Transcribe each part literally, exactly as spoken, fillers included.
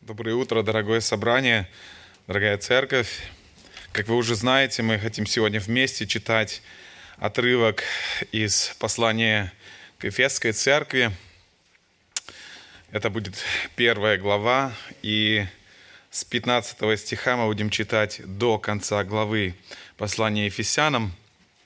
Доброе утро, дорогое собрание, дорогая церковь. Как вы уже знаете, мы хотим сегодня вместе читать отрывок из послания к Ефесской церкви. Это будет первая глава, и с пятнадцатого стиха мы будем читать до конца главы послания Ефесянам.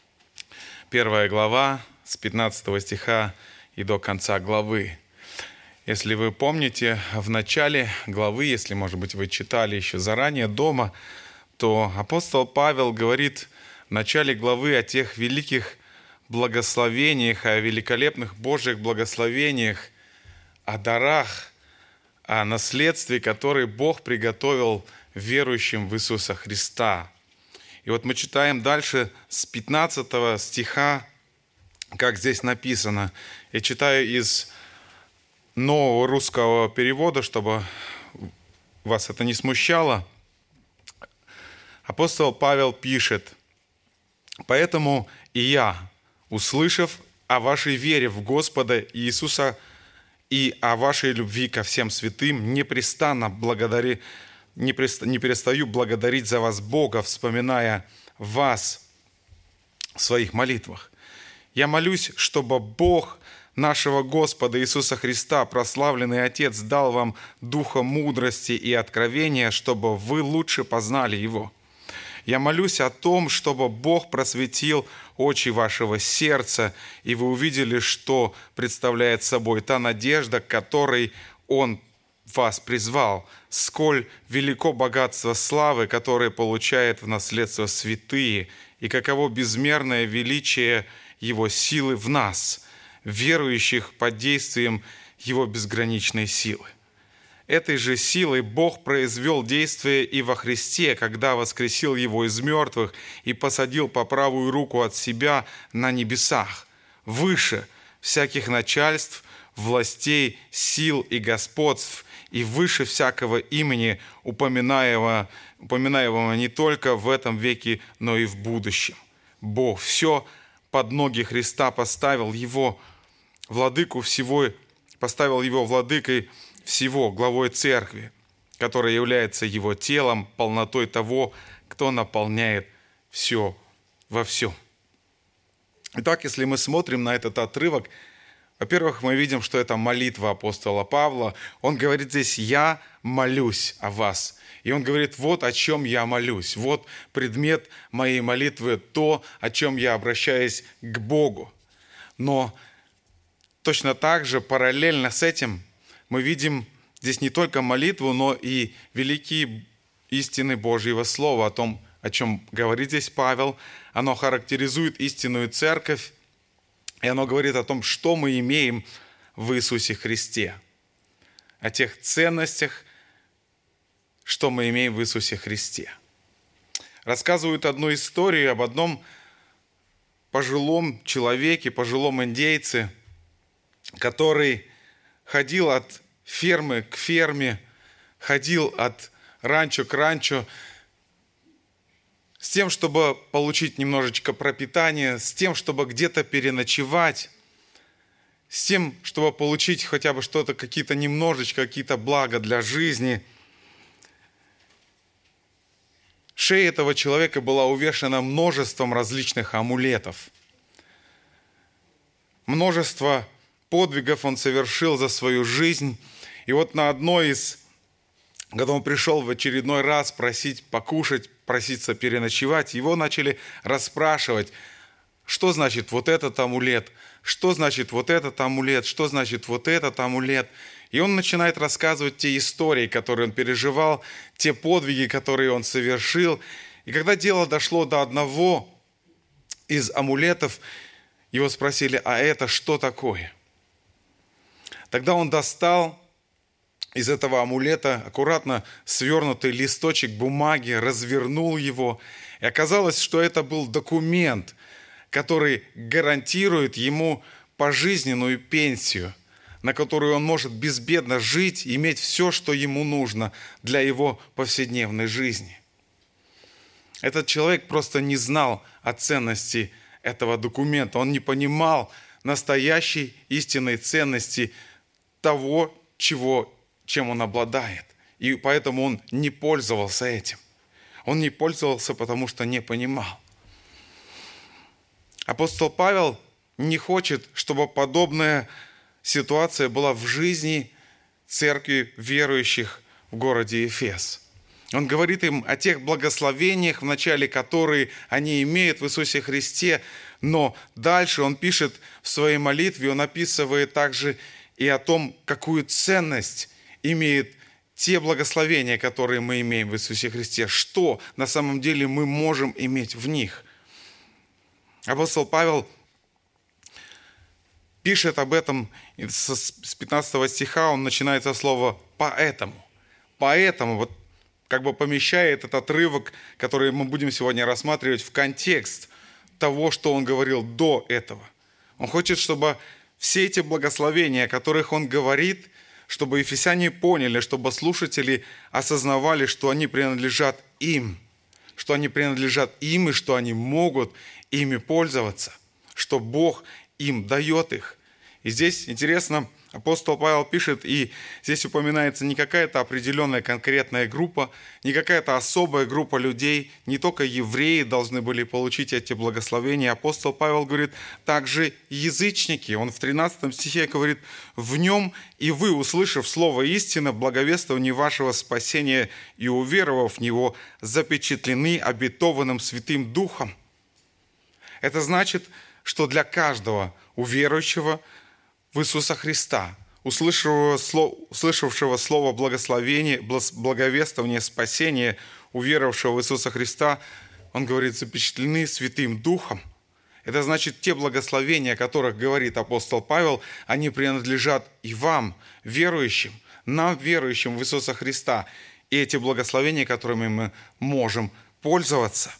Первая глава с пятнадцатого стиха и до конца главы. Если вы помните, в начале главы, если, может быть, вы читали еще заранее дома, то апостол Павел говорит в начале главы о тех великих благословениях, о великолепных Божьих благословениях, о дарах, о наследстве, которое Бог приготовил верующим в Иисуса Христа. И вот мы читаем дальше с пятнадцатого стиха, как здесь написано. Я читаю из нового русского перевода, чтобы вас это не смущало. Апостол Павел пишет: «Поэтому и я, услышав о вашей вере в Господа Иисуса и о вашей любви ко всем святым, непрестанно благодари, не перестаю благодарить за вас Бога, вспоминая вас в своих молитвах. Я молюсь, чтобы Бог нашего Господа Иисуса Христа, прославленный Отец, дал вам духа мудрости и откровения, чтобы вы лучше познали Его. Я молюсь о том, чтобы Бог просветил очи вашего сердца, и вы увидели, что представляет собой та надежда, к которой Он вас призвал, сколь велико богатство славы, которое получает в наследство святые, и каково безмерное величие Его силы в нас, верующих под действием Его безграничной силы. Этой же силой Бог произвел действие и во Христе, когда воскресил Его из мертвых и посадил по правую руку от Себя на небесах, выше всяких начальств, властей, сил и господств, и выше всякого имени, упоминаемого, упоминаемого не только в этом веке, но и в будущем. Бог все под ноги Христа поставил Его владыку всего, поставил Его владыкой всего, главой церкви, которая является Его телом, полнотой того, кто наполняет все во всем». Итак, если мы смотрим на этот отрывок, во-первых, мы видим, что это молитва апостола Павла. Он говорит здесь: «Я молюсь о вас». И он говорит: вот о чем я молюсь, вот предмет моей молитвы, то, о чем я обращаюсь к Богу. Но точно так же, параллельно с этим, мы видим здесь не только молитву, но и великие истины Божьего Слова, о том, о чем говорит здесь Павел. Оно характеризует истинную церковь, и оно говорит о том, что мы имеем в Иисусе Христе, о тех ценностях, что мы имеем в Иисусе Христе. Рассказывают одну историю об одном пожилом человеке, пожилом индейце, который ходил от фермы к ферме, ходил от ранчо к ранчо с тем, чтобы получить немножечко пропитания, с тем, чтобы где-то переночевать, с тем, чтобы получить хотя бы что-то, какие-то немножечко, какие-то блага для жизни. Шея этого человека была увешана множеством различных амулетов. Множество подвигов он совершил за свою жизнь. И вот на одной из, когда он пришел в очередной раз просить покушать, проситься переночевать, его начали расспрашивать, что значит вот этот амулет, что значит вот этот амулет, что значит вот этот амулет. И он начинает рассказывать те истории, которые он переживал, те подвиги, которые он совершил. И когда дело дошло до одного из амулетов, его спросили: а это что такое? Тогда он достал из этого амулета аккуратно свернутый листочек бумаги, развернул его. И оказалось, что это был документ, который гарантирует ему пожизненную пенсию, на которую он может безбедно жить и иметь все, что ему нужно для его повседневной жизни. Этот человек просто не знал о ценности этого документа. Он не понимал настоящей истинной ценности того, чего, чем он обладает. и поэтому он не пользовался этим. Он не пользовался, потому что не понимал. Апостол Павел не хочет, чтобы подобная ситуация была в жизни церкви верующих в городе Эфес. Он говорит им о тех благословениях, в начале которые они имеют в Иисусе Христе, но дальше он пишет в своей молитве, он описывает также и о том, какую ценность имеют те благословения, которые мы имеем в Иисусе Христе, что на самом деле мы можем иметь в них. Апостол Павел пишет об этом с пятнадцатого стиха, он начинает со слова «поэтому». Поэтому, вот как бы помещает этот отрывок, который мы будем сегодня рассматривать, в контекст того, что он говорил до этого. Он хочет, чтобы все эти благословения, о которых он говорит, чтобы ефесяне поняли, чтобы слушатели осознавали, что они принадлежат им, что они принадлежат им и что они могут ими пользоваться, что Бог им дает их. И здесь интересно, апостол Павел пишет, и здесь упоминается не какая-то определенная конкретная группа, не какая-то особая группа людей, не только евреи должны были получить эти благословения. Апостол Павел говорит, также язычники. Он в тринадцатом стихе говорит, «В нем и вы, услышав слово истины, благовествование вашего спасения и уверовав в него, запечатлены обетованным Святым Духом». Это значит, что для каждого уверующего в Иисуса Христа, услышавшего слово, услышавшего слово благословения, благовествования, спасения, уверовавшего в Иисуса Христа, он говорит, запечатлены Святым Духом. Это значит, те благословения, о которых говорит апостол Павел, они принадлежат и вам, верующим, нам, верующим в Иисуса Христа. И эти благословения, которыми мы можем пользоваться.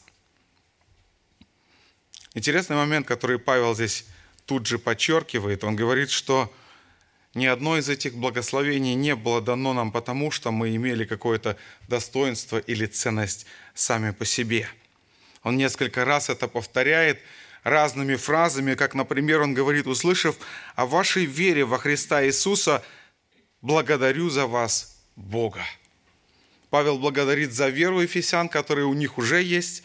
Интересный момент, который Павел здесь тут же подчеркивает, он говорит, что ни одно из этих благословений не было дано нам потому, что мы имели какое-то достоинство или ценность сами по себе. Он несколько раз это повторяет разными фразами, как, например, он говорит, услышав о вашей вере во Христа Иисуса, благодарю за вас Бога. Павел благодарит за веру ефесян, которая у них уже есть.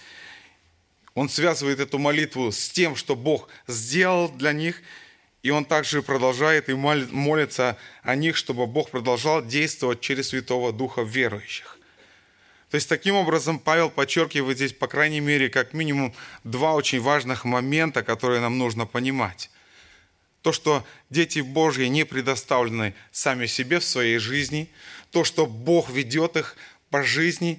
Он связывает эту молитву с тем, что Бог сделал для них, и он также продолжает и молится о них, чтобы Бог продолжал действовать через Святого Духа в верующих. То есть, таким образом, Павел подчеркивает здесь, по крайней мере, как минимум два очень важных момента, которые нам нужно понимать. То, что дети Божьи не предоставлены сами себе в своей жизни, то, что Бог ведет их по жизни,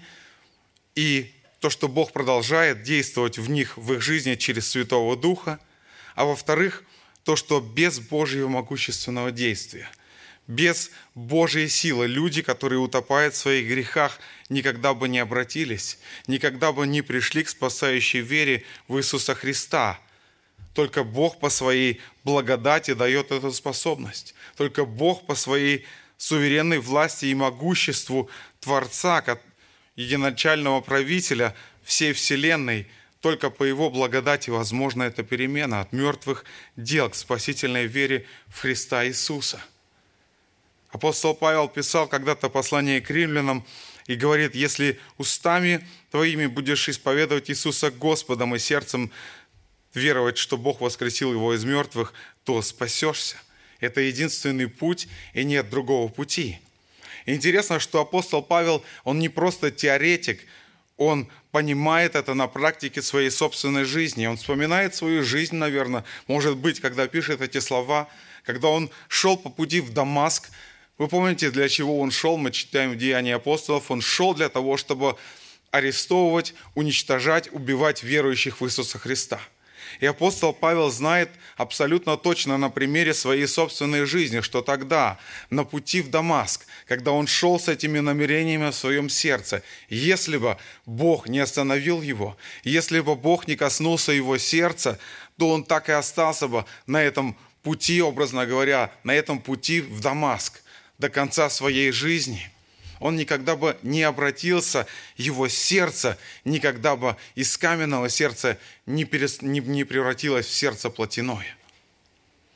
и то, что Бог продолжает действовать в них, в их жизни через Святого Духа, а во-вторых, то, что без Божьего могущественного действия, без Божьей силы люди, которые утопают в своих грехах, никогда бы не обратились, никогда бы не пришли к спасающей вере в Иисуса Христа. Только Бог по своей благодати дает эту способность. Только Бог по своей суверенной власти и могуществу Творца, единоначального правителя всей вселенной, только по Его благодати возможна эта перемена от мертвых дел к спасительной вере в Христа Иисуса. Апостол Павел писал когда-то послание к римлянам и говорит, если устами твоими будешь исповедовать Иисуса Господом и сердцем веровать, что Бог воскресил Его из мертвых, то спасешься. Это единственный путь, и нет другого пути. Интересно, что апостол Павел, он не просто теоретик, он понимает это на практике своей собственной жизни. Он вспоминает свою жизнь, наверное, может быть, когда пишет эти слова, когда он шел по пути в Дамаск. Вы помните, для чего он шел? Мы читаем в Деяниях апостолов. Он шел для того, чтобы арестовывать, уничтожать, убивать верующих в Иисуса Христа. И апостол Павел знает абсолютно точно на примере своей собственной жизни, что тогда, на пути в Дамаск, когда он шел с этими намерениями в своем сердце, если бы Бог не остановил его, если бы Бог не коснулся его сердца, то он так и остался бы на этом пути, образно говоря, на этом пути в Дамаск до конца своей жизни. Он никогда бы не обратился, его сердце никогда бы из каменного сердца не, перес, не, не превратилось в сердце плотяное.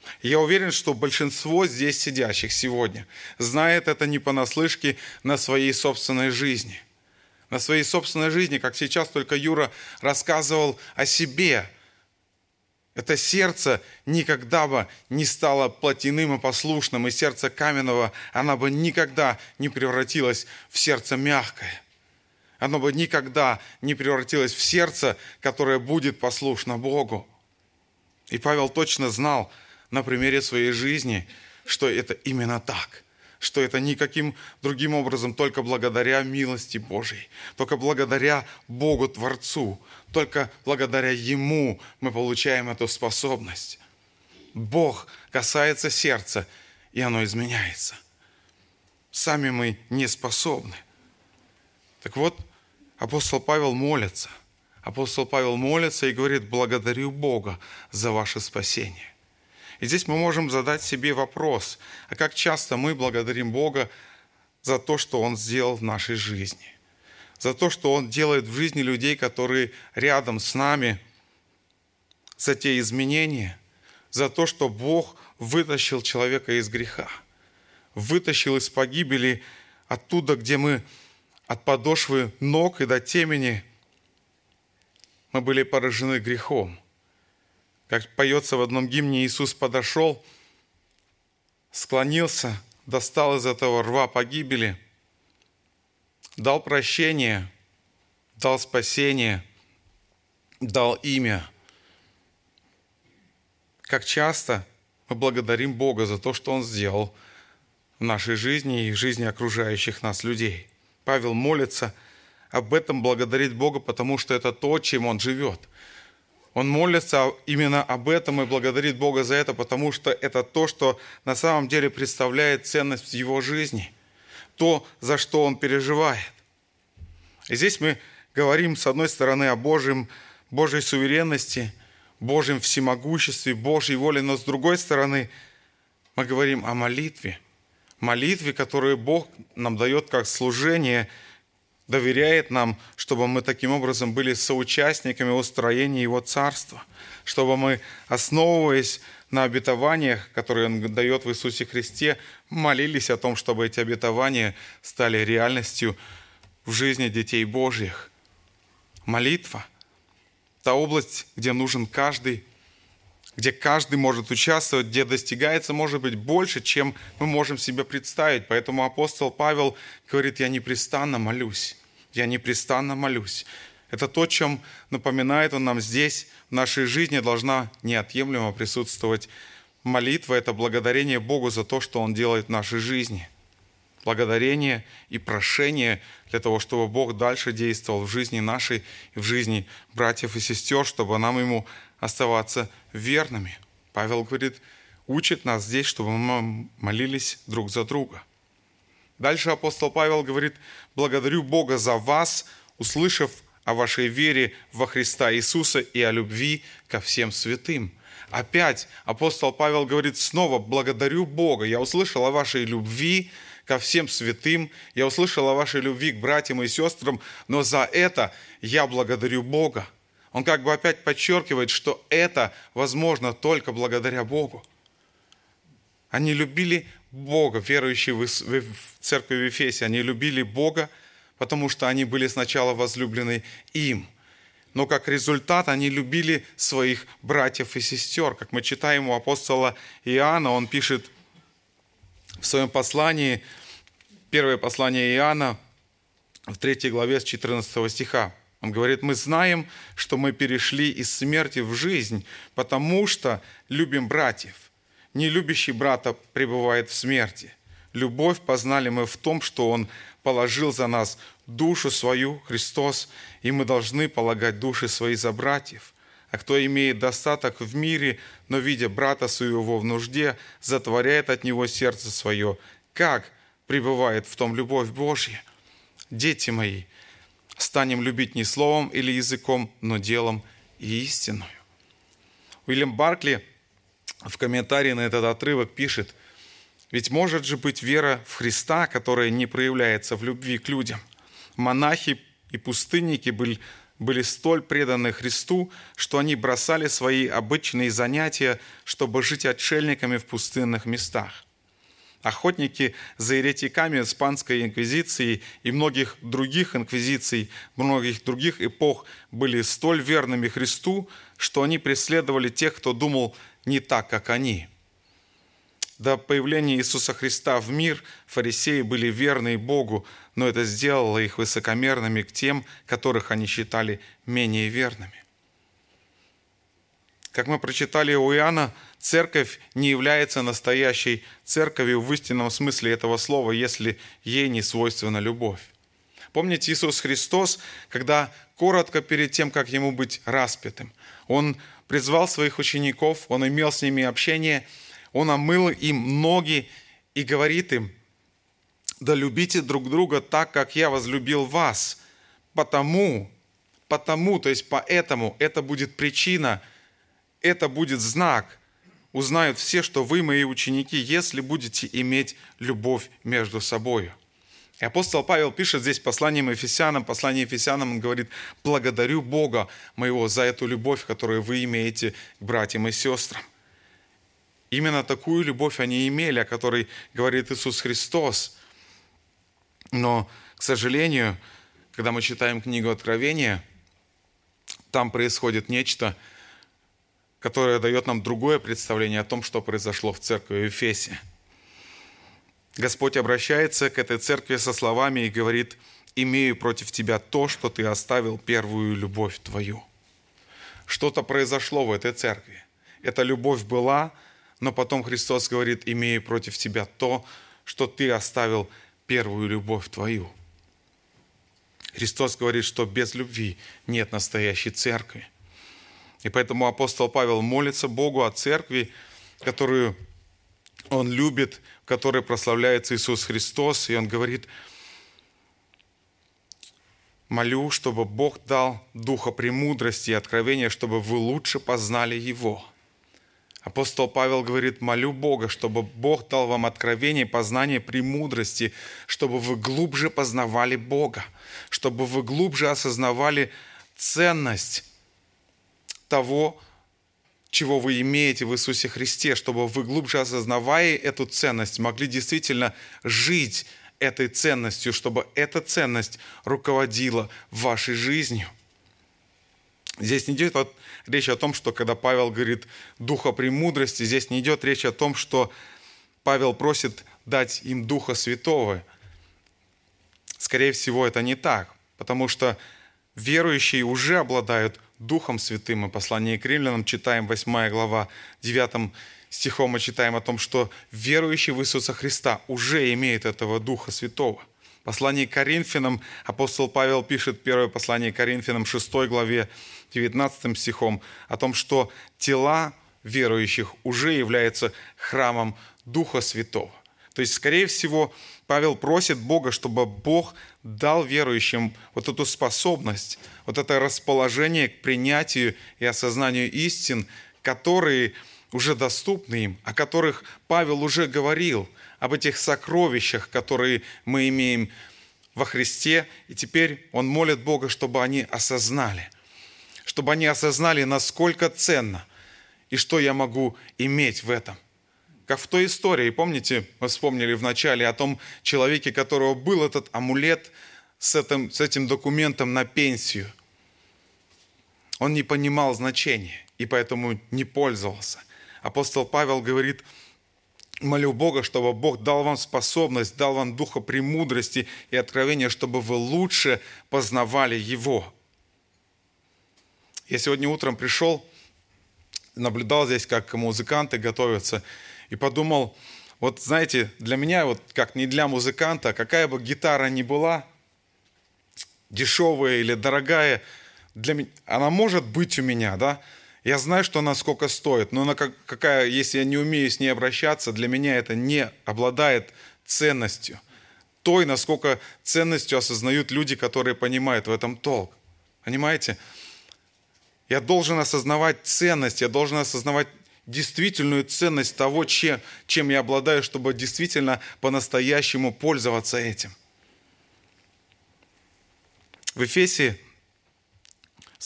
Я уверен, что большинство здесь сидящих сегодня знает это не понаслышке на своей собственной жизни. На своей собственной жизни, как сейчас только Юра рассказывал о себе. Это сердце никогда бы не стало плотяным и послушным, и сердце каменного, оно бы никогда не превратилось в сердце мягкое. Оно бы никогда не превратилось в сердце, которое будет послушно Богу. И Павел точно знал на примере своей жизни, что это именно так. Что это никаким другим образом, только благодаря милости Божьей, только благодаря Богу Творцу, только благодаря Ему мы получаем эту способность. Бог касается сердца, и оно изменяется. Сами мы не способны. Так вот, апостол Павел молится. Апостол Павел молится и говорит: благодарю Бога за ваше спасение. И здесь мы можем задать себе вопрос: а как часто мы благодарим Бога за то, что Он сделал в нашей жизни? За то, что Он делает в жизни людей, которые рядом с нами, за те изменения, за то, что Бог вытащил человека из греха, вытащил из погибели, оттуда, где мы от подошвы ног и до темени мы были поражены грехом. Как поется в одном гимне, Иисус подошел, склонился, достал из этого рва погибели, дал прощение, дал спасение, дал имя. Как часто мы благодарим Бога за то, что Он сделал в нашей жизни и в жизни окружающих нас людей. Павел молится об этом, благодарит Бога, потому что это то, чем он живет. Он молится именно об этом и благодарит Бога за это, потому что это то, что на самом деле представляет ценность в его жизни, то, за что он переживает. И здесь мы говорим, с одной стороны, о Божьем, Божьей суверенности, Божьем всемогуществе, Божьей воле, но с другой стороны мы говорим о молитве, молитве, которую Бог нам дает как служение, доверяет нам, чтобы мы таким образом были соучастниками устроения Его Царства, чтобы мы, основываясь на обетованиях, которые Он дает в Иисусе Христе, молились о том, чтобы эти обетования стали реальностью в жизни детей Божьих. Молитва – та область, где нужен каждый, где каждый может участвовать, где достигается, может быть, больше, чем мы можем себе представить. Поэтому апостол Павел говорит: «Я непрестанно молюсь, я непрестанно молюсь». Это то, чем напоминает он нам здесь, в нашей жизни должна неотъемлемо присутствовать молитва. Это благодарение Богу за то, что Он делает в нашей жизни. Благодарение и прошение для того, чтобы Бог дальше действовал в жизни нашей и в жизни братьев и сестер, чтобы нам Ему оставаться верными. Павел говорит, учит нас здесь, чтобы мы молились друг за друга. Дальше апостол Павел говорит: «Благодарю Бога за вас, услышав о вашей вере во Христа Иисуса и о любви ко всем святым». Опять апостол Павел говорит снова: «Благодарю Бога, я услышал о вашей любви ко всем святым, я услышал о вашей любви к братьям и сестрам, но за это я благодарю Бога». Он как бы опять подчеркивает, что это возможно только благодаря Богу. Они любили Бога, верующие в церкви в Ефесе, они любили Бога, потому что они были сначала возлюблены им. Но как результат они любили своих братьев и сестер. Как мы читаем у апостола Иоанна, он пишет в своем послании, первое послание Иоанна, в третьей главе с четырнадцатого стиха. Он говорит: «Мы знаем, что мы перешли из смерти в жизнь, потому что любим братьев. Не любящий брата пребывает в смерти. Любовь познали мы в том, что Он положил за нас душу свою, Христос, и мы должны полагать души свои за братьев. А кто имеет достаток в мире, но, видя брата своего в нужде, затворяет от него сердце свое, как пребывает в том любовь Божья? Дети мои, станем любить не словом или языком, но делом и истиною». Уильям Баркли в комментарии на этот отрывок пишет: «Ведь может же быть вера в Христа, которая не проявляется в любви к людям. Монахи и пустынники были, были столь преданы Христу, что они бросали свои обычные занятия, чтобы жить отшельниками в пустынных местах. Охотники за еретиками Испанской инквизиции и многих других инквизиций, многих других эпох были столь верными Христу, что они преследовали тех, кто думал не так, как они. До появления Иисуса Христа в мир фарисеи были верны Богу, но это сделало их высокомерными к тем, которых они считали менее верными. Как мы прочитали у Иоанна, церковь не является настоящей церковью в истинном смысле этого слова, если ей не свойственна любовь. Помните, Иисус Христос, когда коротко перед тем, как Ему быть распятым, Он призвал своих учеников, Он имел с ними общение, Он омыл им ноги и говорит им: «Да любите друг друга так, как я возлюбил вас, потому, потому, то есть поэтому, это будет причина, это будет знак, узнают все, что вы мои ученики, если будете иметь любовь между собой». И апостол Павел пишет здесь посланием Ефесянам, послание Ефесянам, он говорит: «Благодарю Бога моего за эту любовь, которую вы имеете к братьям и сестрам». Именно такую любовь они имели, о которой говорит Иисус Христос. Но, к сожалению, когда мы читаем книгу Откровения, там происходит нечто, которое дает нам другое представление о том, что произошло в церкви в Эфесе. Господь обращается к этой церкви со словами и говорит: «Имею против тебя то, что ты оставил первую любовь твою». Что-то произошло в этой церкви. Эта любовь была, но потом Христос говорит: «Имею против тебя то, что ты оставил первую любовь твою». Христос говорит, что без любви нет настоящей церкви. И поэтому апостол Павел молится Богу о церкви, которую он любит, в которой прославляется Иисус Христос. И он говорит: «Молю, чтобы Бог дал духа премудрости и откровения, чтобы вы лучше познали Его». Апостол Павел говорит: «Молю Бога, чтобы Бог дал вам откровение, познание, премудрости, чтобы вы глубже познавали Бога, чтобы вы глубже осознавали ценность того, чего вы имеете в Иисусе Христе, чтобы вы глубже осознавая эту ценность, могли действительно жить этой ценностью, чтобы эта ценность руководила вашей жизнью». Здесь не идет речь о том, что когда Павел говорит «духа премудрости», здесь не идет речь о том, что Павел просит дать им Духа Святого. Скорее всего, это не так, потому что верующие уже обладают Духом Святым. И в послании к Римлянам читаем восьмая глава, девятым стихом мы читаем о том, что верующие в Иисуса Христа уже имеют этого Духа Святого. В послании к Коринфянам апостол Павел пишет, первое послание к Коринфянам, шестой главе, девятнадцатым стихом, о том, что тела верующих уже являются храмом Духа Святого. То есть, скорее всего, Павел просит Бога, чтобы Бог дал верующим вот эту способность, вот это расположение к принятию и осознанию истин, которые уже доступны им, о которых Павел уже говорил, об этих сокровищах, которые мы имеем во Христе. И теперь он молит Бога, чтобы они осознали, чтобы они осознали, насколько ценно и что я могу иметь в этом. Как в той истории, помните, мы вспомнили в начале о том человеке, у которого был этот амулет с этим, с этим документом на пенсию. Он не понимал значения и поэтому не пользовался. Апостол Павел говорит: молю Бога, чтобы Бог дал вам способность, дал вам духа премудрости и откровения, чтобы вы лучше познавали Его. Я сегодня утром пришел, наблюдал здесь, как музыканты готовятся, и подумал, вот знаете, для меня, вот как не для музыканта, какая бы гитара ни была, дешевая или дорогая, для меня, она может быть у меня, да? Я знаю, что она сколько стоит, но она какая, если я не умею с ней обращаться, для меня это не обладает ценностью. Той, насколько ценностью осознают люди, которые понимают в этом толк. Понимаете? Я должен осознавать ценность, я должен осознавать действительную ценность того, чем, чем я обладаю, чтобы действительно по-настоящему пользоваться этим. В Эфесе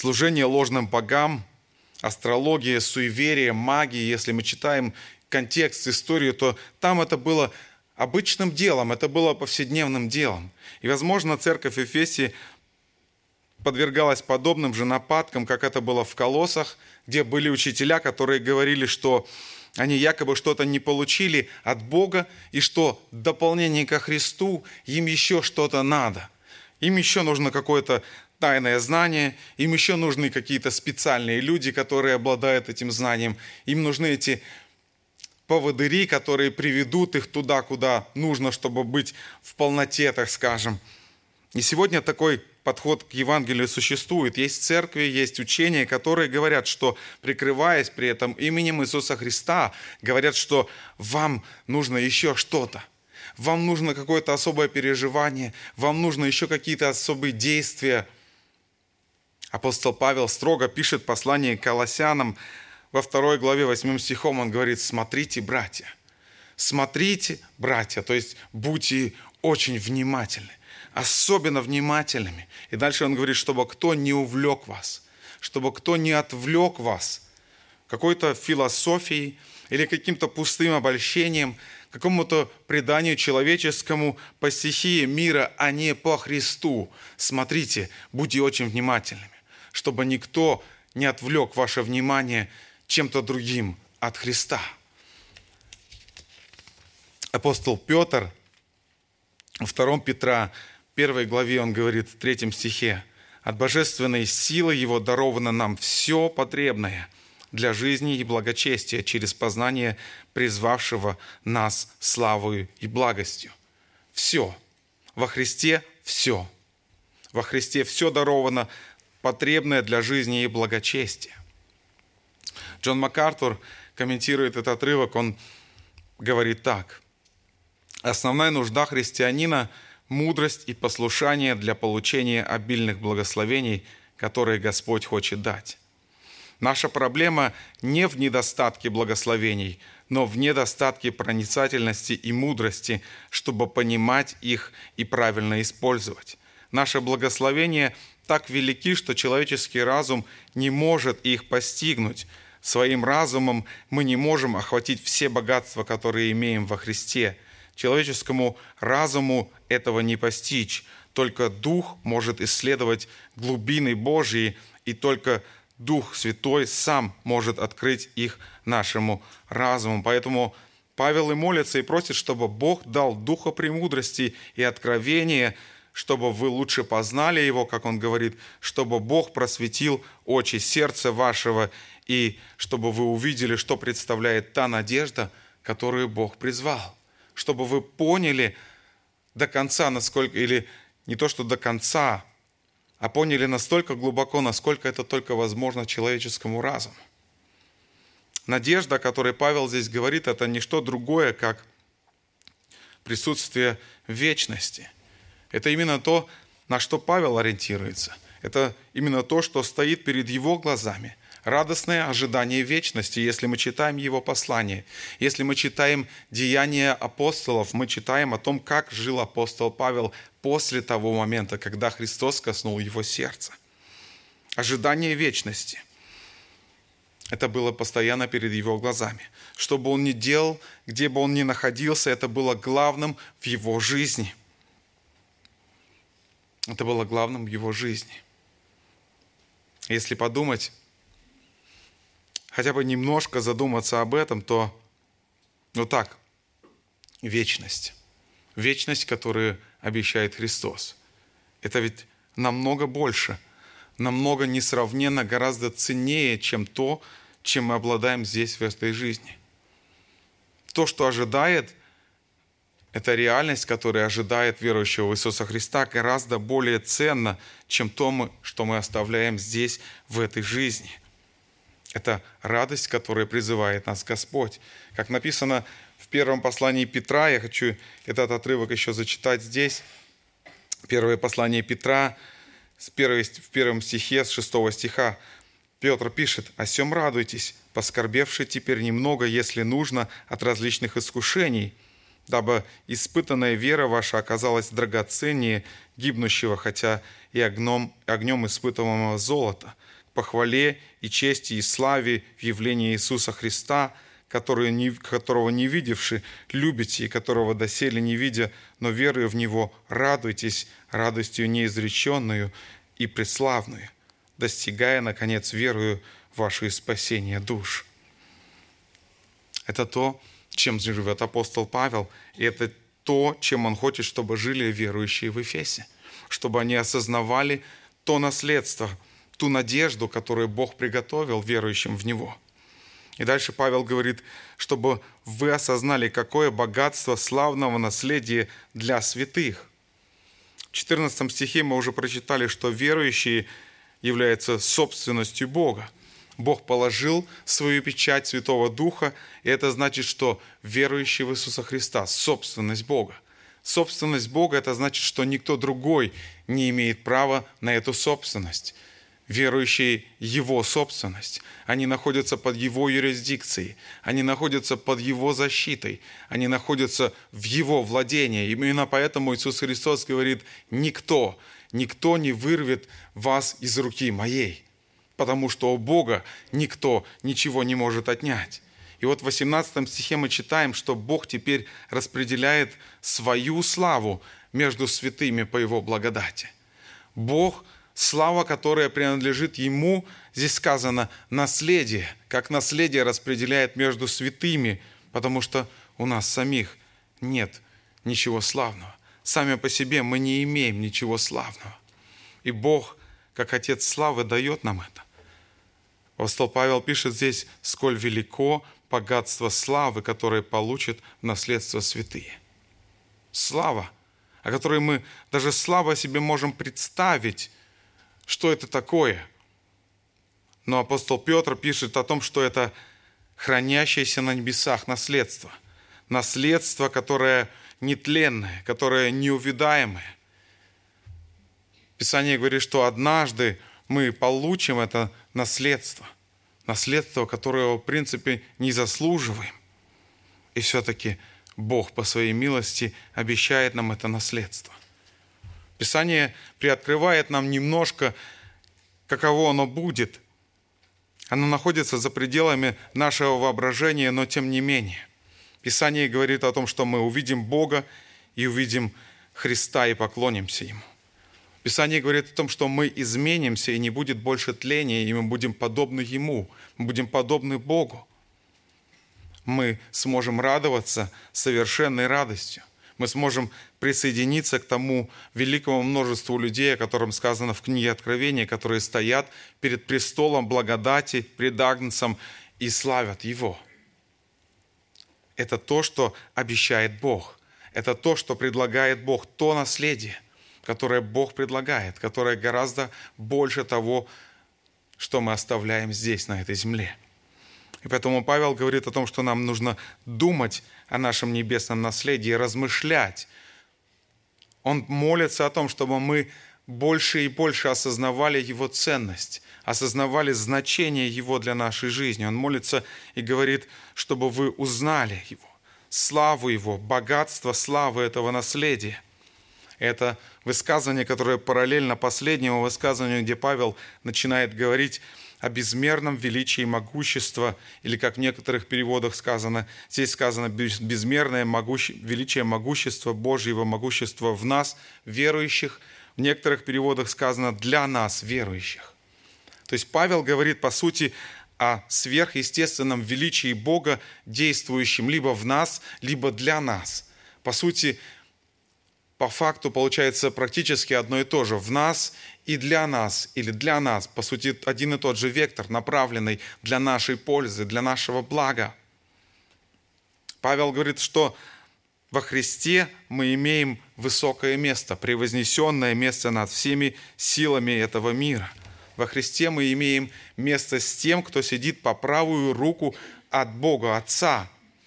служение ложным богам, астрология, суеверие, магия. Если мы читаем контекст, историю, то там это было обычным делом, это было повседневным делом. И, возможно, церковь Эфесии подвергалась подобным же нападкам, как это было в Колоссах, где были учителя, которые говорили, что они якобы что-то не получили от Бога, и что в дополнение ко Христу им еще что-то надо. Им еще нужно какое-то тайное знание, им еще нужны какие-то специальные люди, которые обладают этим знанием. Им нужны эти поводыри, которые приведут их туда, куда нужно, чтобы быть в полноте, так скажем. И сегодня такой подход к Евангелию существует. Есть церкви, есть учения, которые говорят, что, прикрываясь при этом именем Иисуса Христа, говорят, что вам нужно еще что-то. Вам нужно какое-то особое переживание, вам нужно еще какие-то особые действия. Апостол Павел строго пишет послание к Колоссянам во второй главе восьмым стихом. Он говорит: смотрите, братья, смотрите, братья, то есть будьте очень внимательны, особенно внимательными. И дальше он говорит, чтобы кто не увлек вас, чтобы кто не отвлек вас какой-то философией или каким-то пустым обольщением, какому-то преданию человеческому по стихии мира, а не по Христу. Смотрите, будьте очень внимательными, чтобы никто не отвлек ваше внимание чем-то другим от Христа. Апостол Петр во втором Петра, первой главе, он говорит в третьем стихе: «От божественной силы Его даровано нам все потребное для жизни и благочестия через познание призвавшего нас славою и благостью». Все. Во Христе все. Во Христе все даровано, потребное для жизни и благочестия. Джон МакАртур комментирует этот отрывок, он говорит так: «Основная нужда христианина – мудрость и послушание для получения обильных благословений, которые Господь хочет дать. Наша проблема не в недостатке благословений, но в недостатке проницательности и мудрости, чтобы понимать их и правильно использовать. Наши благословения так велики, что человеческий разум не может их постигнуть. Своим разумом мы не можем охватить все богатства, которые имеем во Христе. Человеческому разуму этого не постичь. Только Дух может исследовать глубины Божьи, и только Дух Святой сам может открыть их нашему разуму». Поэтому Павел и молится, и просит, чтобы Бог дал духа премудрости и откровения, чтобы вы лучше познали Его, как он говорит, чтобы Бог просветил очи сердца вашего, и чтобы вы увидели, что представляет та надежда, которую Бог призвал. Чтобы вы поняли до конца, насколько, или не то, что до конца, а поняли настолько глубоко, насколько это только возможно человеческому разуму. Надежда, о которой Павел здесь говорит, это не что другое, как присутствие вечности. Это именно то, на что Павел ориентируется. Это именно то, что стоит перед его глазами. Радостное ожидание вечности, если мы читаем его послание. Если мы читаем деяния апостолов, мы читаем о том, как жил апостол Павел после того момента, когда Христос коснул его сердца. Ожидание вечности. Это было постоянно перед его глазами. Что бы он ни делал, где бы он ни находился, это было главным в его жизни. Это было главным в его жизни. Если подумать, хотя бы немножко задуматься об этом, то, ну так, вечность. Вечность, которую обещает Христос. Это ведь намного больше, намного несравненно, гораздо ценнее, чем то, чем мы обладаем здесь, в этой жизни. То, что ожидает, это реальность, которая ожидает верующего в Иисуса Христа, гораздо более ценна, чем то, что мы оставляем здесь, в этой жизни. Это радость, которая призывает нас Господь. Как написано в первом послании Петра, я хочу этот отрывок еще зачитать здесь. Первое послание Петра, в первом стихе, с шестого стиха, Петр пишет: «О сем радуйтесь, поскорбевши теперь немного, если нужно, от различных искушений, дабы испытанная вера ваша оказалась драгоценнее гибнущего, хотя и огнем, огнем испытываемого золота, к похвале и чести и славе в явлении Иисуса Христа, который, не, которого не видевши, любите, и которого доселе не видя, но веруя в Него, радуйтесь радостью неизреченную и преславную, достигая, наконец, верою ваше спасение душ». Это то, чем живет апостол Павел, и это то, чем он хочет, чтобы жили верующие в Эфесе, чтобы они осознавали то наследство, ту надежду, которую Бог приготовил верующим в Него. И дальше Павел говорит, чтобы вы осознали, какое богатство славного наследия для святых. В четырнадцатом стихе мы уже прочитали, что верующие являются собственностью Бога. Бог положил свою печать Святого Духа, и это значит, что верующий в Иисуса Христа – собственность Бога. Собственность Бога – это значит, что никто другой не имеет права на эту собственность. Верующие – Его собственность. Они находятся под Его юрисдикцией, они находятся под Его защитой, они находятся в Его владении. Именно поэтому Иисус Христос говорит: «Никто, никто не вырвет вас из руки моей». Потому что у Бога никто ничего не может отнять. И вот в восемнадцатом стихе мы читаем, что Бог теперь распределяет свою славу между святыми по Его благодати. Бог, слава, которая принадлежит Ему, здесь сказано наследие, как наследие распределяет между святыми, потому что у нас самих нет ничего славного. Сами по себе мы не имеем ничего славного. И Бог, как Отец славы, дает нам это. Апостол Павел пишет здесь: «Сколь велико богатство славы, которое получат в наследство святые». Слава, о которой мы даже слабо себе можем представить, что это такое. Но апостол Петр пишет о том, что это хранящееся на небесах наследство. Наследство, которое нетленное, которое неувидаемое. Писание говорит, что однажды мы получим это наследство. Наследство, которого, в принципе, не заслуживаем. И все-таки Бог по своей милости обещает нам это наследство. Писание приоткрывает нам немножко, каково оно будет. Оно находится за пределами нашего воображения, но тем не менее. Писание говорит о том, что мы увидим Бога и увидим Христа и поклонимся Ему. Писание говорит о том, что мы изменимся, и не будет больше тления, и мы будем подобны Ему, мы будем подобны Богу. Мы сможем радоваться совершенной радостью. Мы сможем присоединиться к тому великому множеству людей, о котором сказано в книге Откровения, которые стоят перед престолом благодати, пред Агнцем и славят Его. Это то, что обещает Бог. Это то, что предлагает Бог, то наследие, которое Бог предлагает, которое гораздо больше того, что мы оставляем здесь, на этой земле. И поэтому Павел говорит о том, что нам нужно думать о нашем небесном наследии, размышлять. Он молится о том, чтобы мы больше и больше осознавали Его ценность, осознавали значение Его для нашей жизни. Он молится и говорит, чтобы вы узнали Его, славу Его, богатство славы этого наследия. Это высказывание, которое параллельно последнему высказыванию, где Павел начинает говорить о безмерном величии могущества, или, как в некоторых переводах сказано, здесь сказано безмерное могуще... величие могущества Божьего, могущества в нас, верующих. В некоторых переводах сказано «для нас, верующих». То есть Павел говорит, по сути, о сверхъестественном величии Бога, действующем либо в нас, либо для нас. По сути, по факту получается практически одно и то же. В нас и для нас, или для нас. По сути, один и тот же вектор, направленный для нашей пользы, для нашего блага. Павел говорит, что во Христе мы имеем высокое место, превознесенное место над всеми силами этого мира. Во Христе мы имеем место с тем, кто сидит по правую руку от Бога Отца.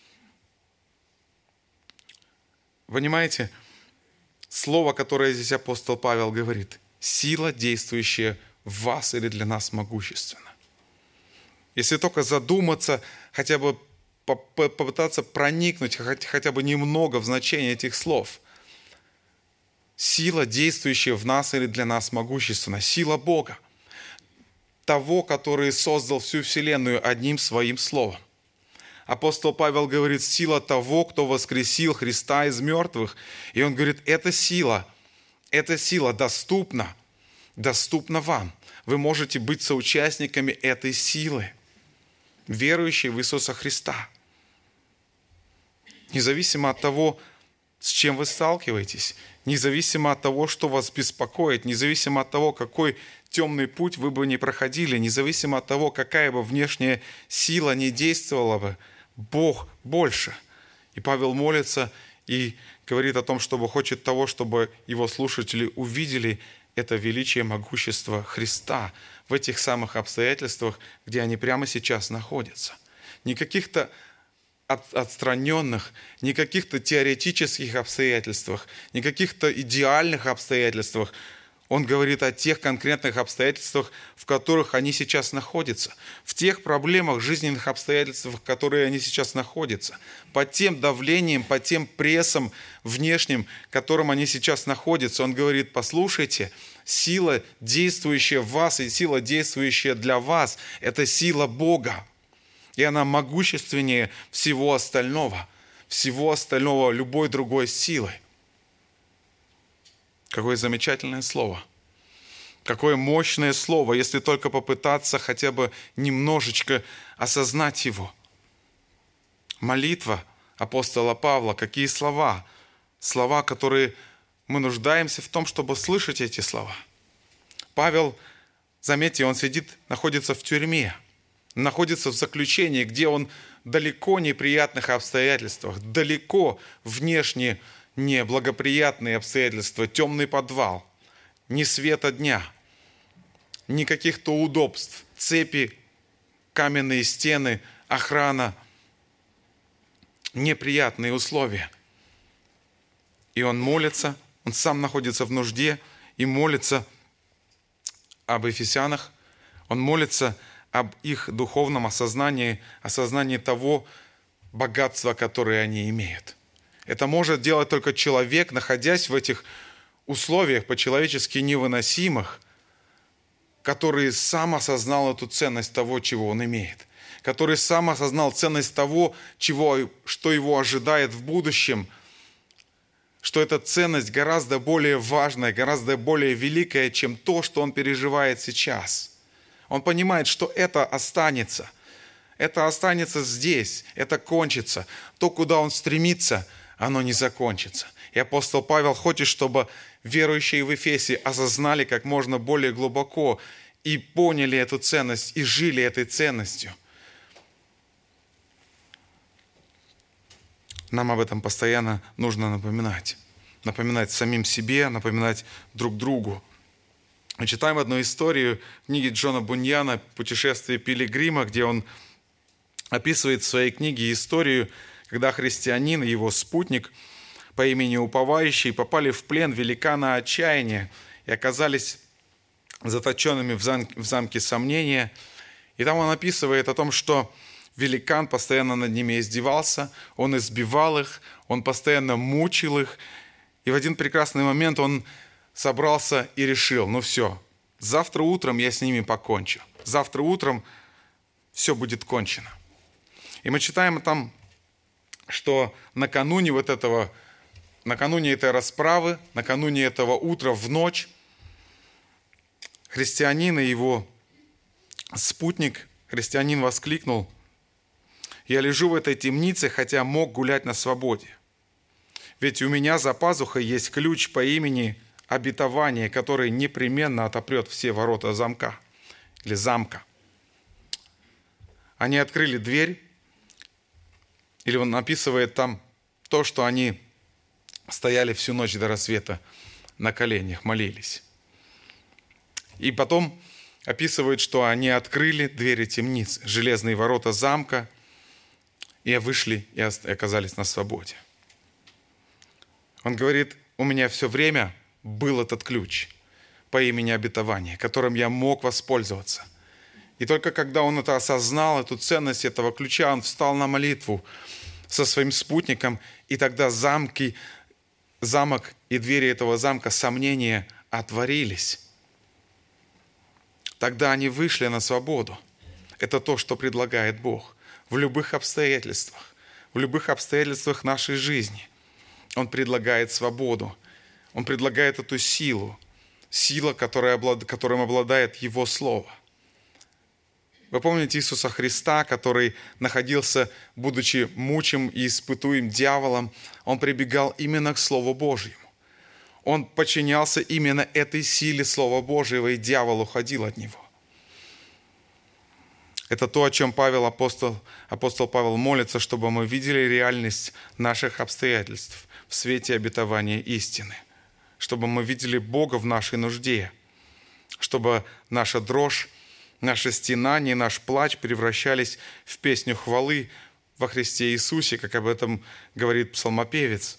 Понимаете? Слово, которое здесь апостол Павел говорит: сила, действующая в вас или для нас могущественна. Если только задуматься хотя бы попытаться проникнуть хотя бы немного в значение этих слов. Сила, действующая в нас или для нас могущественна. Сила Бога, того, который создал всю вселенную одним своим словом. Апостол Павел говорит, сила того, кто воскресил Христа из мертвых. И он говорит, эта сила, эта сила доступна, доступна вам. Вы можете быть соучастниками этой силы, верующие в Иисуса Христа. Независимо от того, с чем вы сталкиваетесь, независимо от того, что вас беспокоит, независимо от того, какой темный путь вы бы не проходили, независимо от того, какая бы внешняя сила не действовала бы, Бог больше. И Павел молится и говорит о том, чтобы хочет того, чтобы его слушатели увидели это величие, могущество Христа в этих самых обстоятельствах, где они прямо сейчас находятся. Не каких-то от, отстраненных, не каких-то теоретических обстоятельствах, не каких-то идеальных обстоятельствах. Он говорит о тех конкретных обстоятельствах, в которых они сейчас находятся, в тех проблемах, жизненных обстоятельствах, в которые они сейчас находятся, под тем давлением, под тем прессом внешним, в котором они сейчас находятся. Он говорит, послушайте, сила, действующая в вас и сила, действующая для вас, это сила Бога. И она могущественнее всего остального, всего остального, любой другой силы. Какое замечательное слово. Какое мощное слово, если только попытаться хотя бы немножечко осознать его. Молитва апостола Павла, какие слова? Слова, которые мы нуждаемся в том, чтобы слышать эти слова. Павел, заметьте, он сидит, находится в тюрьме, находится в заключении, где он далеко неприятных обстоятельствах, далеко внешне неблагоприятные обстоятельства, темный подвал, ни света дня, ни каких-то удобств, цепи, каменные стены, охрана, неприятные условия. И он молится, он сам находится в нужде и молится об ефесянах, он молится об их духовном осознании, осознании того богатства, которое они имеют. Это может делать только человек, находясь в этих условиях по-человечески невыносимых, который сам осознал эту ценность того, чего он имеет, который сам осознал ценность того, чего, что его ожидает в будущем, что эта ценность гораздо более важная, гораздо более великая, чем то, что он переживает сейчас. Он понимает, что это останется, это останется здесь, это кончится. То, куда он стремится, оно не закончится. И апостол Павел хочет, чтобы верующие в Эфесе осознали как можно более глубоко и поняли эту ценность, и жили этой ценностью. Нам об этом постоянно нужно напоминать. Напоминать самим себе, напоминать друг другу. Мы читаем одну историю в книге Джона Буньяна «Путешествие пилигрима», где он описывает в своей книге историю, когда христианин и его спутник по имени Уповающий попали в плен великана отчаяния и оказались заточенными в замке, в замке сомнения. И там он описывает о том, что великан постоянно над ними издевался, он избивал их, он постоянно мучил их. И в один прекрасный момент он собрался и решил, ну все, завтра утром я с ними покончу. Завтра утром все будет кончено. И мы читаем там, что накануне вот этого, накануне этой расправы, накануне этого утра в ночь, христианин и его спутник, христианин воскликнул: «Я лежу в этой темнице, хотя мог гулять на свободе. Ведь у меня за пазухой есть ключ по имени обетование, который непременно отопрет все ворота замка или замка». Они открыли дверь, или он описывает там то, что они стояли всю ночь до рассвета на коленях, молились. И потом описывает, что они открыли двери темницы, железные ворота замка, и вышли и оказались на свободе. Он говорит: у меня все время был этот ключ по имени обетования, которым я мог воспользоваться. И только когда он это осознал, эту ценность этого ключа, он встал на молитву со своим спутником, и тогда замки, замок и двери этого замка сомнения отворились. Тогда они вышли на свободу. Это то, что предлагает Бог в любых обстоятельствах, в любых обстоятельствах нашей жизни. Он предлагает свободу, Он предлагает эту силу, сила, которая, которым обладает Его Слово. Вы помните Иисуса Христа, который находился, будучи мучим и испытуем дьяволом, Он прибегал именно к Слову Божьему. Он подчинялся именно этой силе Слова Божьего, и дьявол уходил от него. Это то, о чем Павел, апостол, апостол Павел молится, чтобы мы видели реальность наших обстоятельств в свете обетования истины, чтобы мы видели Бога в нашей нужде, чтобы наша дрожь, наше стенание, наш плач превращались в песню хвалы во Христе Иисусе, как об этом говорит псалмопевец.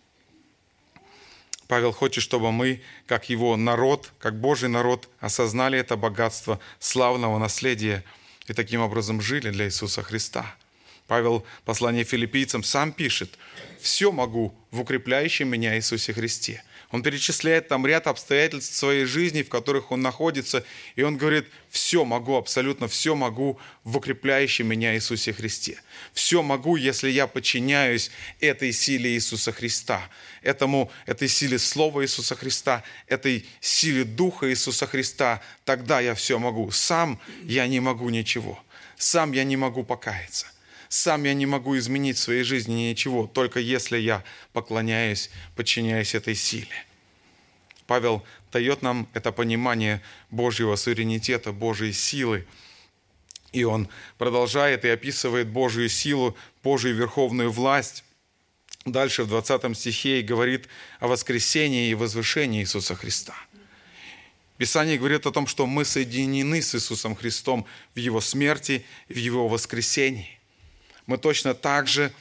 Павел хочет, чтобы мы, как его народ, как Божий народ, осознали это богатство славного наследия и таким образом жили для Иисуса Христа. Павел в послании филиппийцам сам пишет: «Все могу в укрепляющем меня Иисусе Христе». Он перечисляет там ряд обстоятельств своей жизни, в которых он находится, и он говорит: все могу, абсолютно все могу в укрепляющем меня Иисусе Христе. Все могу, если я подчиняюсь этой силе Иисуса Христа, этому, этой силе Слова Иисуса Христа, этой силе Духа Иисуса Христа, тогда я все могу. Сам я не могу ничего, сам я не могу покаяться. Сам я не могу изменить в своей жизни ничего, только если я поклоняюсь, подчиняюсь этой силе. Павел дает нам это понимание Божьего суверенитета, Божьей силы. И он продолжает и описывает Божью силу, Божью верховную власть. Дальше в двадцатом стихе и говорит о воскресении и возвышении Иисуса Христа. Писание говорит о том, что мы соединены с Иисусом Христом в Его смерти, в Его воскресении. Мы точно так же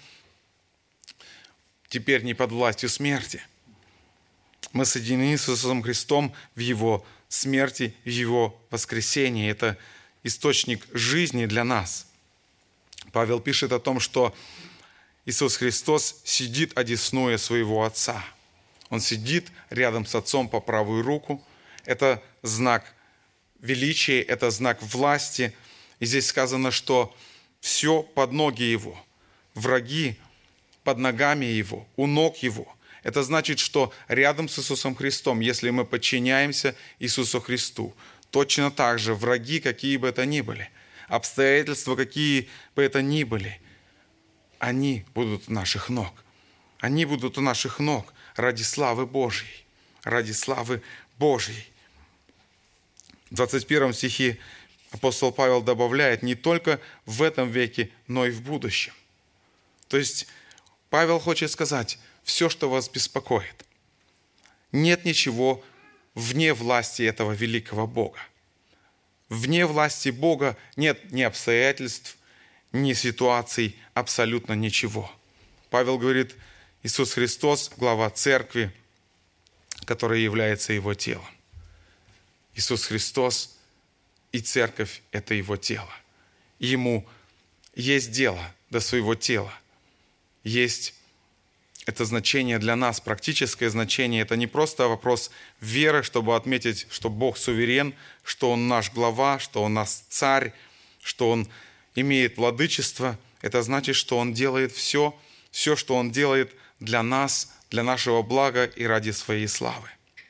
теперь не под властью смерти. Мы соединены с Иисусом Христом в Его смерти, в Его воскресении. Это источник жизни для нас. Павел пишет о том, что Иисус Христос сидит одесную своего Отца. Он сидит рядом с Отцом по правую руку. Это знак величия, это знак власти. И здесь сказано, что все под ноги Его, враги под ногами Его, у ног Его. Это значит, что рядом с Иисусом Христом, если мы подчиняемся Иисусу Христу, точно так же враги, какие бы это ни были, обстоятельства, какие бы это ни были, они будут у наших ног. Они будут у наших ног ради славы Божьей, ради славы Божьей. В двадцать первом стихе апостол Павел добавляет: не только в этом веке, но и в будущем. То есть Павел хочет сказать: все, что вас беспокоит, нет ничего вне власти этого великого Бога. Вне власти Бога нет ни обстоятельств, ни ситуаций, абсолютно ничего. Павел говорит: Иисус Христос, глава церкви, которая является Его телом. Иисус Христос и церковь – это Его тело. И Ему есть дело до своего тела. Есть это значение для нас, практическое значение. Это не просто вопрос веры, чтобы отметить, что Бог суверен, что Он наш глава, что Он наш царь, что Он имеет владычество. Это значит, что Он делает все, все, что Он делает для нас, для нашего блага и ради Своей славы.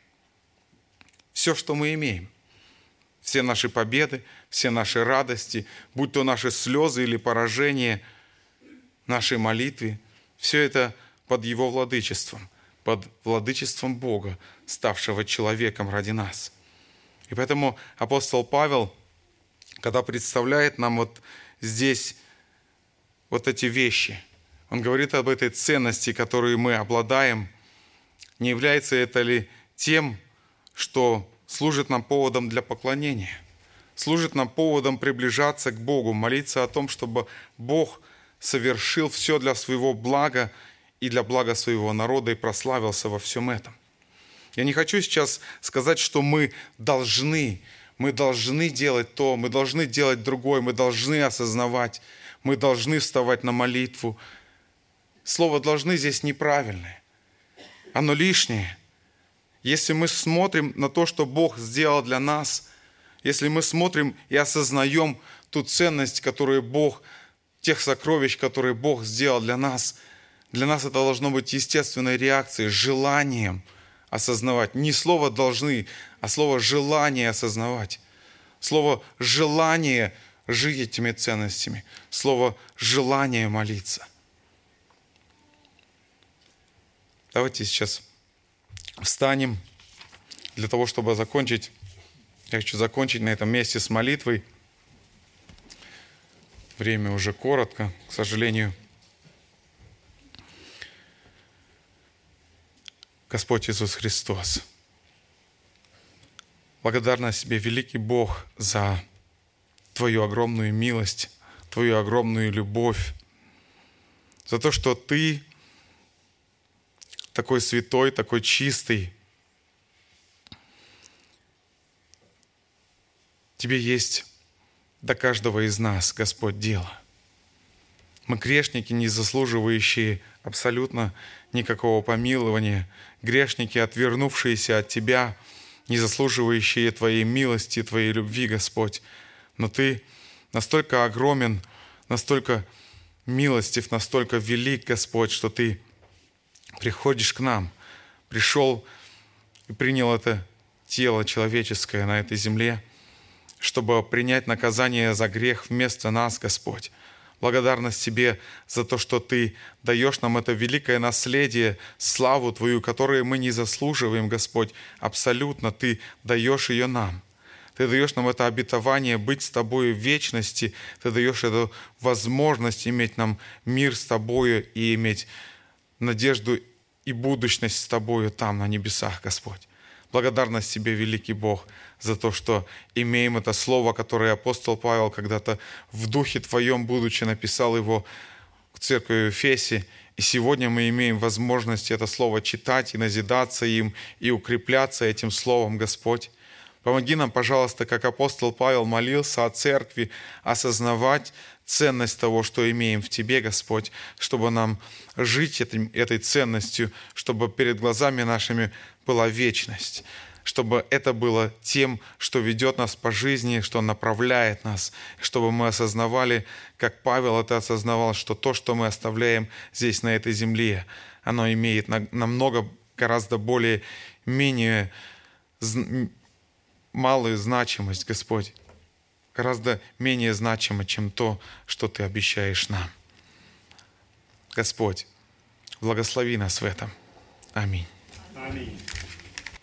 Все, что мы имеем. Все наши победы, все наши радости, будь то наши слезы или поражения, наши молитвы, все это под Его владычеством, под владычеством Бога, ставшего человеком ради нас. И поэтому апостол Павел, когда представляет нам вот здесь вот эти вещи, он говорит об этой ценности, которую мы обладаем. Не является это ли тем, что служит нам поводом для поклонения, служит нам поводом приближаться к Богу, молиться о том, чтобы Бог совершил все для своего блага и для блага своего народа и прославился во всем этом. Я не хочу сейчас сказать, что мы должны, Мы должны делать то, мы должны делать другое, мы должны осознавать, мы должны вставать на молитву. Слово «должны» здесь неправильное. Оно лишнее. Если мы смотрим на то, что Бог сделал для нас, если мы смотрим и осознаем ту ценность, которую Бог, тех сокровищ, которые Бог сделал для нас, для нас это должно быть естественной реакцией, желанием осознавать. Не слово «должны», а слово «желание» осознавать. Слово «желание» жить этими ценностями. Слово «желание» молиться. Давайте сейчас встанем для того, чтобы закончить. Я хочу закончить на этом месте с молитвой. Время уже коротко, к сожалению. Господь Иисус Христос, благодарность Тебе, великий Бог, за Твою огромную милость, Твою огромную любовь, за то, что Ты такой святой, такой чистый. Тебе есть до каждого из нас, Господь, дело. Мы грешники, не заслуживающие абсолютно никакого помилования, грешники, отвернувшиеся от Тебя, не заслуживающие Твоей милости, Твоей любви, Господь. Но Ты настолько огромен, настолько милостив, настолько велик, Господь, что Ты приходишь к нам, пришел и принял это тело человеческое на этой земле, чтобы принять наказание за грех вместо нас, Господь. Благодарность Тебе за то, что Ты даешь нам это великое наследие, славу Твою, которую мы не заслуживаем, Господь. Абсолютно Ты даешь ее нам. Ты даешь нам это обетование быть с Тобою в вечности. Ты даешь эту возможность иметь нам мир с Тобою и иметь надежду и будущность с Тобою там, на небесах, Господь. Благодарность Тебе, великий Бог, за то, что имеем это слово, которое апостол Павел когда-то в Духе Твоем, будучи, написал его к церкви в Эфесе. И сегодня мы имеем возможность это слово читать и назидаться им, и укрепляться этим словом, Господь. Помоги нам, пожалуйста, как апостол Павел молился о церкви, осознавать ценность того, что имеем в Тебе, Господь, чтобы нам жить этим, этой ценностью, чтобы перед глазами нашими была вечность, чтобы это было тем, что ведет нас по жизни, что направляет нас, чтобы мы осознавали, как Павел это осознавал, что то, что мы оставляем здесь, на этой земле, оно имеет намного, гораздо более, менее малую значимость, Господь, гораздо менее значимо, чем то, что Ты обещаешь нам. Господь, благослови нас в этом. Аминь. Аминь.